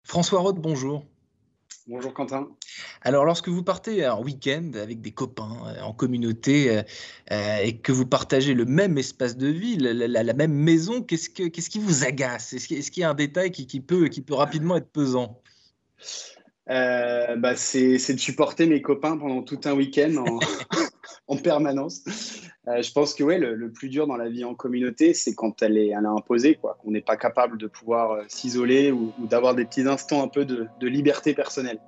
François Roth, bonjour. Bonjour Quentin. Alors, lorsque vous partez en week-end avec des copains en communauté et que vous partagez le même espace de vie, la même maison, qu'est-ce qui vous agace? Est-ce qu'il y a un détail qui peut rapidement être pesant? C'est de supporter mes copains pendant tout un week-end en permanence. Je pense que ouais, le plus dur dans la vie en communauté, c'est quand elle est imposée, quoi. On n'est pas capable de pouvoir s'isoler ou d'avoir des petits instants un peu de liberté personnelle.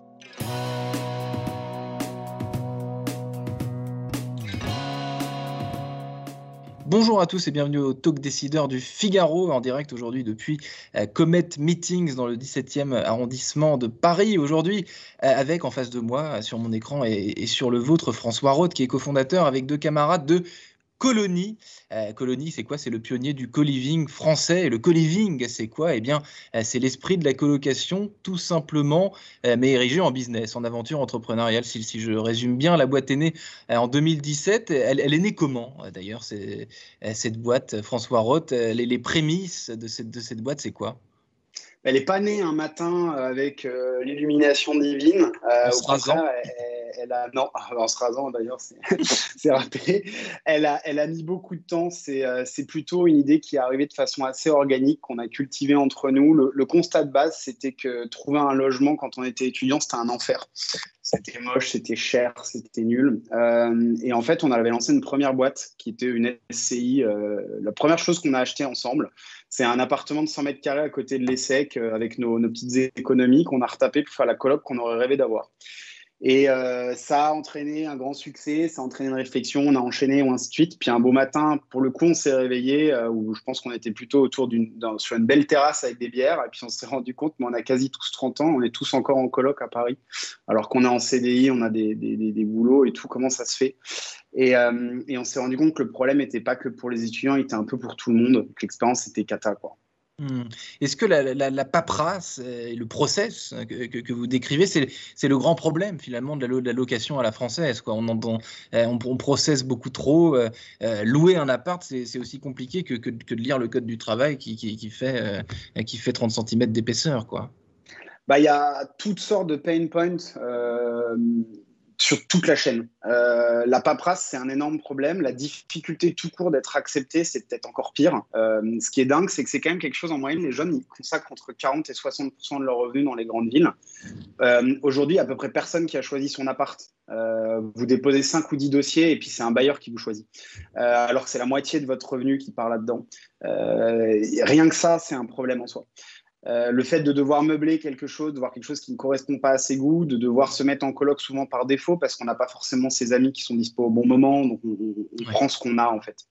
Bonjour à tous et bienvenue au Talk Décideur du Figaro, en direct aujourd'hui depuis Comet Meetings dans le 17e arrondissement de Paris. Aujourd'hui, avec en face de moi, sur mon écran et sur le vôtre, François Roth, qui est cofondateur avec deux camarades de Colony. Colony, c'est quoi? C'est le pionnier du co-living français. Et le co-living, c'est quoi? Eh bien, c'est l'esprit de la colocation, tout simplement, mais érigé en business, en aventure entrepreneuriale. Si je résume bien, la boîte est née en 2017. Elle est née comment, d'ailleurs, cette boîte, François Roth? Les prémices de cette boîte, c'est quoi? Elle n'est pas née un matin avec l'illumination divine. En Au se rasant? contraire, non, en se rasant d'ailleurs, c'est raté. Elle a mis beaucoup de temps. C'est plutôt une idée qui est arrivée de façon assez organique, qu'on a cultivée entre nous. Le constat de base, c'était que trouver un logement quand on était étudiant, c'était un enfer. C'était moche, c'était cher, c'était nul. Et en fait, on avait lancé une première boîte qui était une SCI. La première chose qu'on a achetée ensemble, c'est un appartement de 100 mètres carrés à côté de l'ESSEC avec nos petites économies qu'on a retapées pour faire la coloc qu'on aurait rêvé d'avoir. Et ça a entraîné un grand succès, ça a entraîné une réflexion, on a enchaîné, ou ainsi de suite. Puis un beau matin, pour le coup, on s'est réveillé, où je pense qu'on était plutôt sur une belle terrasse avec des bières. Et puis on s'est rendu compte, mais on a quasi tous 30 ans, on est tous encore en coloc à Paris, alors qu'on est en CDI, on a des boulots et tout, comment ça se fait? Et on s'est rendu compte que le problème n'était pas que pour les étudiants, il était un peu pour tout le monde, que l'expérience était cata, quoi. Est-ce que la paperasse et le process que vous décrivez, c'est le grand problème finalement de la location à la française, quoi. On processe beaucoup trop. Louer un appart, c'est aussi compliqué que de lire le code du travail qui fait 30 centimètres d'épaisseur, quoi. Il y a toutes sortes de pain points sur toute la chaîne. La paperasse, c'est un énorme problème. La difficulté tout court d'être accepté, c'est peut-être encore pire. Ce qui est dingue, c'est que c'est quand même quelque chose, en moyenne, les jeunes, ils consacrent entre 40 et 60% de leurs revenus dans les grandes villes. Aujourd'hui, à peu près personne qui a choisi son appart. Vous déposez 5 ou 10 dossiers et puis c'est un bailleur qui vous choisit. Alors que c'est la moitié de votre revenu qui part là-dedans. Rien que ça, c'est un problème en soi. Le fait de devoir meubler quelque chose, de voir quelque chose qui ne correspond pas à ses goûts, de devoir se mettre en coloc souvent par défaut parce qu'on n'a pas forcément ses amis qui sont dispo au bon moment, donc on prend ce qu'on a en fait.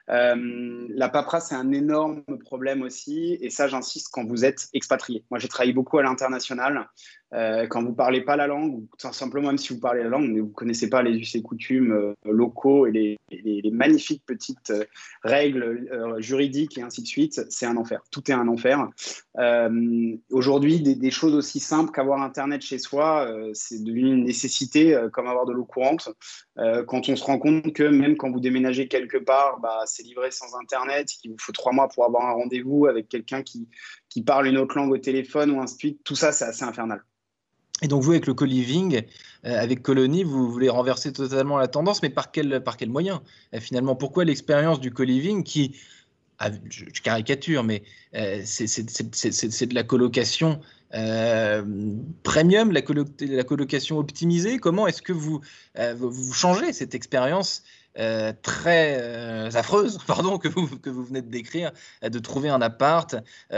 La paperasse, c'est un énorme problème aussi, et ça, j'insiste, quand vous êtes expatrié. Moi, j'ai travaillé beaucoup à l'international. Quand vous ne parlez pas la langue, ou tout simplement même si vous parlez la langue, mais vous ne connaissez pas les us et coutumes locaux et les magnifiques petites règles juridiques et ainsi de suite, c'est un enfer. Tout est un enfer. Aujourd'hui, des choses aussi simples qu'avoir Internet chez soi, c'est devenu une nécessité, comme avoir de l'eau courante. Quand on se rend compte que même quand vous déménagez quelque part, c'est livré sans Internet, qu'il vous faut 3 mois pour avoir un rendez-vous avec quelqu'un qui parle une autre langue au téléphone ou ainsi de suite, tout ça, c'est assez infernal. Et donc vous, avec le co-living, avec Colony, vous voulez renverser totalement la tendance, mais par quel moyen finalement? Pourquoi l'expérience du co-living qui, je caricature, mais c'est de la colocation premium, la colocation optimisée. Comment est-ce que vous changez cette expérience très affreuse, pardon, que vous venez de décrire, de trouver un appart,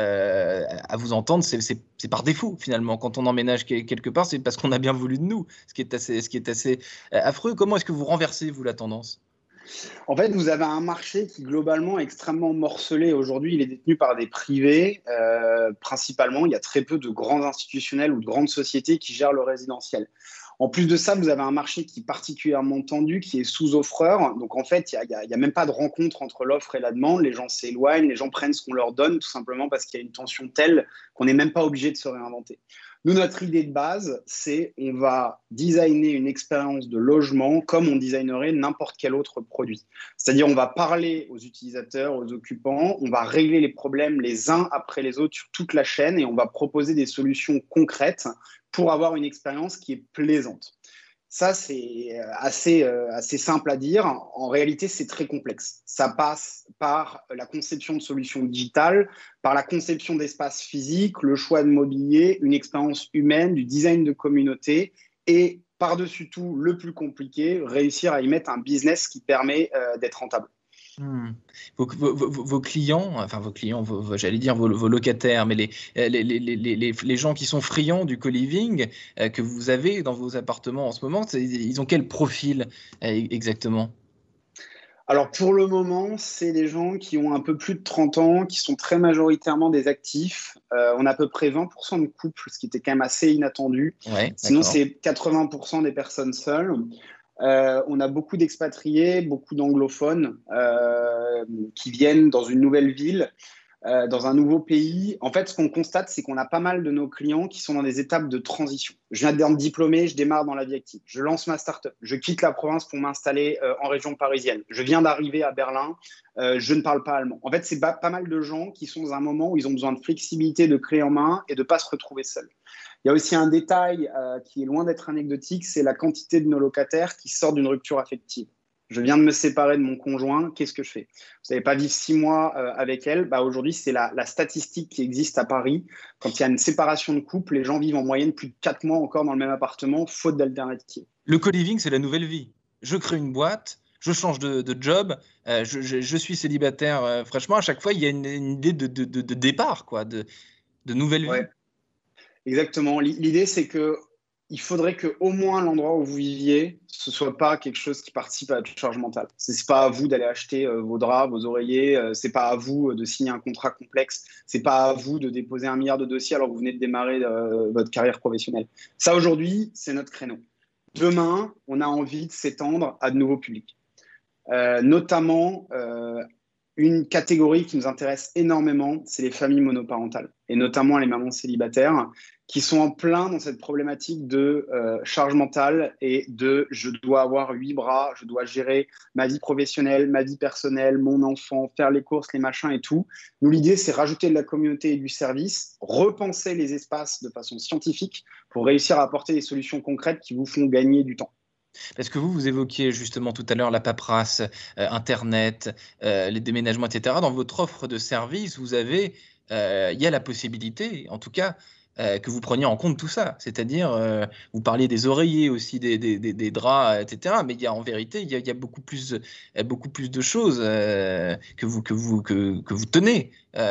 à vous entendre, c'est par défaut finalement. Quand on emménage quelque part, c'est parce qu'on a bien voulu de nous, ce qui est assez affreux. Comment est-ce que vous renversez, vous, la tendance? En fait, vous avez un marché qui globalement est extrêmement morcelé. Aujourd'hui, il est détenu par des privés. Principalement, il y a très peu de grands institutionnels ou de grandes sociétés qui gèrent le résidentiel. En plus de ça, vous avez un marché qui est particulièrement tendu, qui est sous-offreur. Donc, en fait, il y a même pas de rencontre entre l'offre et la demande. Les gens s'éloignent, les gens prennent ce qu'on leur donne, tout simplement parce qu'il y a une tension telle qu'on n'est même pas obligé de se réinventer. Nous, notre idée de base, c'est on va designer une expérience de logement comme on designerait n'importe quel autre produit. C'est-à-dire, on va parler aux utilisateurs, aux occupants, on va régler les problèmes les uns après les autres sur toute la chaîne et on va proposer des solutions concrètes pour avoir une expérience qui est plaisante. Ça, c'est assez simple à dire. En réalité, c'est très complexe. Ça passe par la conception de solutions digitales, par la conception d'espaces physiques, le choix de mobilier, une expérience humaine, du design de communauté et, par-dessus tout, le plus compliqué, réussir à y mettre un business qui permet d'être rentable. Vos clients, enfin vos clients, j'allais dire vos locataires, mais les gens qui sont friands du co-living que vous avez dans vos appartements en ce moment, ils ont quel profil exactement? Alors pour le moment, c'est des gens qui ont un peu plus de 30 ans, qui sont très majoritairement des actifs. On a à peu près 20% de couples, ce qui était quand même assez inattendu. Ouais, Sinon, d'accord. c'est 80% des personnes seules. On a beaucoup d'expatriés, beaucoup d'anglophones qui viennent dans une nouvelle ville, dans un nouveau pays. En fait, ce qu'on constate, c'est qu'on a pas mal de nos clients qui sont dans des étapes de transition. Je viens d'être diplômé, je démarre dans la vie active. Je lance ma start-up. Je quitte la province pour m'installer en région parisienne. Je viens d'arriver à Berlin. Je ne parle pas allemand. En fait, c'est pas mal de gens qui sont dans un moment où ils ont besoin de flexibilité, de clé en main et de ne pas se retrouver seuls. Il y a aussi un détail qui est loin d'être anecdotique, c'est la quantité de nos locataires qui sortent d'une rupture affective. Je viens de me séparer de mon conjoint, qu'est-ce que je fais? Vous n'avez pas vivre 6 mois avec elle. Aujourd'hui, c'est la statistique qui existe à Paris. Quand il y a une séparation de couple, les gens vivent en moyenne plus de 4 mois encore dans le même appartement, faute d'alternative. Le co-living, c'est la nouvelle vie. Je crée une boîte, je change de job, je suis célibataire. Franchement, à chaque fois, il y a une idée de départ, quoi, de nouvelle vie. Ouais, exactement. L'idée, c'est que il faudrait que au moins l'endroit où vous viviez, ce soit pas quelque chose qui participe à votre charge mentale. C'est pas à vous d'aller acheter vos draps, vos oreillers. C'est pas à vous de signer un contrat complexe. C'est pas à vous de déposer 1 milliard de dossiers alors que vous venez de démarrer votre carrière professionnelle. Ça aujourd'hui, c'est notre créneau. Demain, on a envie de s'étendre à de nouveaux publics, notamment. Une catégorie qui nous intéresse énormément, c'est les familles monoparentales, et notamment les mamans célibataires, qui sont en plein dans cette problématique de charge mentale et de je dois avoir 8 bras, je dois gérer ma vie professionnelle, ma vie personnelle, mon enfant, faire les courses, les machins et tout. Nous, l'idée, c'est rajouter de la communauté et du service, repenser les espaces de façon scientifique pour réussir à apporter des solutions concrètes qui vous font gagner du temps. Parce que vous évoquiez justement tout à l'heure la paperasse, Internet, les déménagements, etc. Dans votre offre de service, il y a la possibilité, en tout cas, que vous preniez en compte tout ça. C'est-à-dire, vous parliez des oreillers aussi, des draps, etc. Mais en vérité, il y a beaucoup plus de choses que vous tenez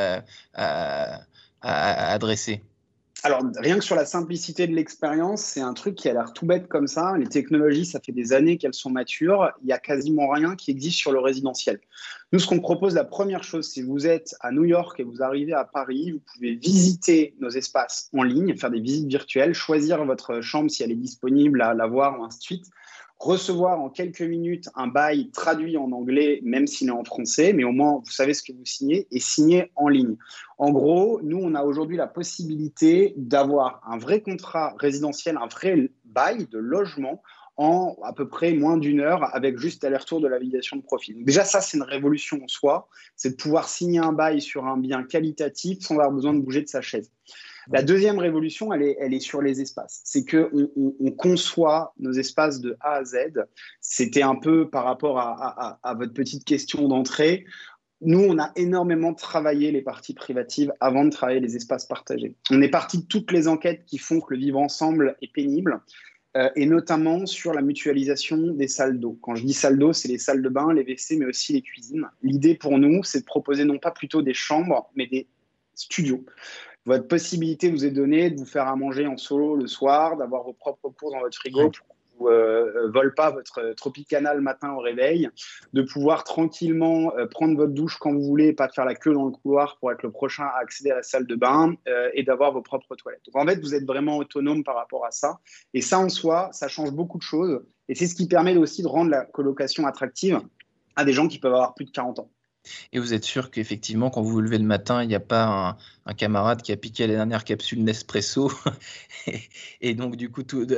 à adresser. Alors, rien que sur la simplicité de l'expérience, c'est un truc qui a l'air tout bête comme ça. Les technologies, ça fait des années qu'elles sont matures. Il n'y a quasiment rien qui existe sur le résidentiel. Nous, ce qu'on propose, la première chose, si vous êtes à New York et vous arrivez à Paris, vous pouvez visiter nos espaces en ligne, faire des visites virtuelles, choisir votre chambre si elle est disponible, la voir ou ainsi de suite. Recevoir en quelques minutes un bail traduit en anglais, même s'il est en français, mais au moins vous savez ce que vous signez et signer en ligne. En gros, nous, on a aujourd'hui la possibilité d'avoir un vrai contrat résidentiel, un vrai bail de logement en à peu près moins d'1 heure avec juste aller-retour de la validation de profil. Donc déjà, ça, c'est une révolution en soi, c'est de pouvoir signer un bail sur un bien qualitatif sans avoir besoin de bouger de sa chaise. La deuxième révolution, elle est sur les espaces. C'est qu'on conçoit nos espaces de A à Z. C'était un peu par rapport à votre petite question d'entrée. Nous, on a énormément travaillé les parties privatives avant de travailler les espaces partagés. On est parti de toutes les enquêtes qui font que le vivre ensemble est pénible, et notamment sur la mutualisation des salles d'eau. Quand je dis salles d'eau, c'est les salles de bain, les WC, mais aussi les cuisines. L'idée pour nous, c'est de proposer non pas plutôt des chambres, mais des studios. Votre possibilité vous est donnée de vous faire à manger en solo le soir, d'avoir vos propres courses dans votre frigo pour vole pas votre Tropicana le matin au réveil, de pouvoir tranquillement prendre votre douche quand vous voulez, pas de faire la queue dans le couloir pour être le prochain à accéder à la salle de bain et d'avoir vos propres toilettes. Donc en fait, vous êtes vraiment autonome par rapport à ça. Et ça, en soi, ça change beaucoup de choses. Et c'est ce qui permet aussi de rendre la colocation attractive à des gens qui peuvent avoir plus de 40 ans. Et vous êtes sûr qu'effectivement, quand vous vous levez le matin, il n'y a pas un camarade qui a piqué la dernière capsule Nespresso et donc, du coup, tout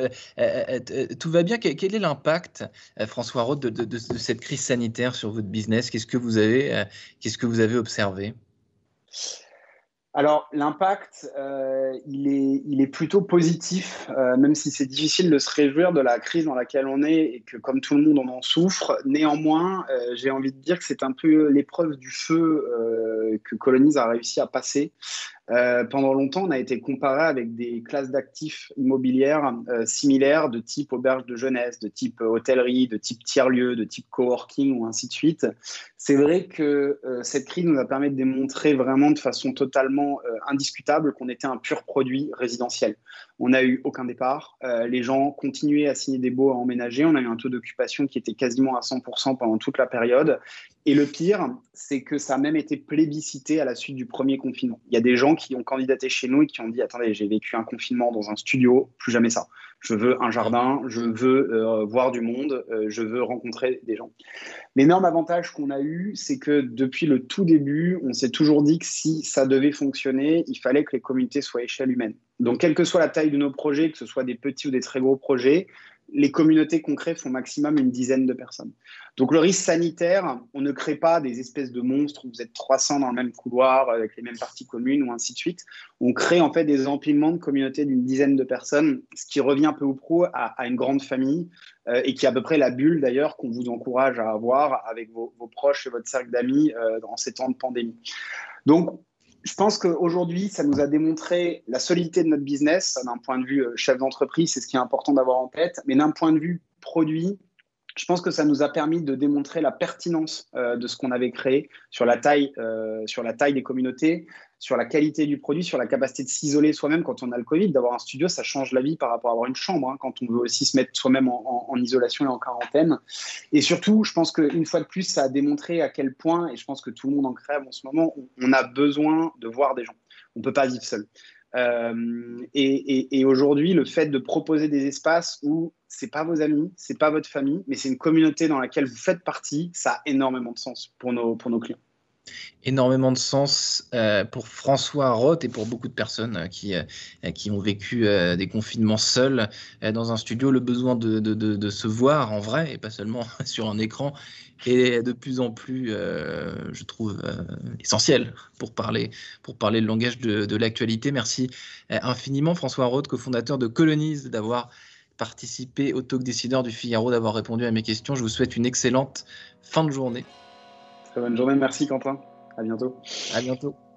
va bien. Quel est l'impact, François Roth, de cette crise sanitaire sur votre business? Qu'est-ce que vous avez observé? Alors, l'impact, il est plutôt positif, même si c'est difficile de se réjouir de la crise dans laquelle on est et que, comme tout le monde, on en souffre. Néanmoins, j'ai envie de dire que c'est un peu l'épreuve du feu que Colonize a réussi à passer. Pendant longtemps, on a été comparé avec des classes d'actifs immobilières similaires de type auberge de jeunesse, de type hôtellerie, de type tiers-lieu, de type coworking ou ainsi de suite. C'est vrai que cette crise nous a permis de démontrer vraiment de façon totalement indiscutable qu'on était un pur produit résidentiel. On n'a eu aucun départ. Les gens continuaient à signer des baux à emménager. On a eu un taux d'occupation qui était quasiment à 100% pendant toute la période. Et le pire, c'est que ça a même été plébiscité à la suite du premier confinement. Il y a des gens qui ont candidaté chez nous et qui ont dit « Attendez, j'ai vécu un confinement dans un studio, plus jamais ça. Je veux un jardin, je veux voir du monde, je veux rencontrer des gens. » L'énorme avantage qu'on a eu, c'est que depuis le tout début, on s'est toujours dit que si ça devait fonctionner, il fallait que les communautés soient à échelle humaine. Donc, quelle que soit la taille de nos projets, que ce soit des petits ou des très gros projets, les communautés qu'on crée font maximum une dizaine de personnes. Donc, le risque sanitaire, on ne crée pas des espèces de monstres où vous êtes 300 dans le même couloir avec les mêmes parties communes ou ainsi de suite. On crée en fait des empilements de communautés d'une dizaine de personnes, ce qui revient peu ou prou à une grande famille et qui est à peu près la bulle d'ailleurs qu'on vous encourage à avoir avec vos proches et votre cercle d'amis en ces temps de pandémie. Donc, je pense qu'aujourd'hui, ça nous a démontré la solidité de notre business d'un point de vue chef d'entreprise, c'est ce qui est important d'avoir en tête, mais d'un point de vue produit, je pense que ça nous a permis de démontrer la pertinence de ce qu'on avait créé sur la taille des communautés, sur la qualité du produit, sur la capacité de s'isoler soi-même quand on a le Covid. D'avoir un studio, ça change la vie par rapport à avoir une chambre, hein, quand on veut aussi se mettre soi-même en isolation et en quarantaine. Et surtout, je pense qu'une fois de plus, ça a démontré à quel point, et je pense que tout le monde en crève en ce moment, on a besoin de voir des gens. On ne peut pas vivre seul. Et aujourd'hui, le fait de proposer des espaces où c'est pas vos amis, c'est pas votre famille, mais c'est une communauté dans laquelle vous faites partie, ça a énormément de sens pour nos clients. Énormément de sens pour François Roth et pour beaucoup de personnes qui ont vécu des confinements seuls dans un studio. Le besoin de se voir en vrai et pas seulement sur un écran est de plus en plus, je trouve, essentiel pour parler le langage de l'actualité. Merci infiniment François Roth, cofondateur de Colonize, d'avoir participé au Talk Décideur du Figaro, d'avoir répondu à mes questions. Je vous souhaite une excellente fin de journée. Très bonne journée, merci Quentin. À bientôt. À bientôt.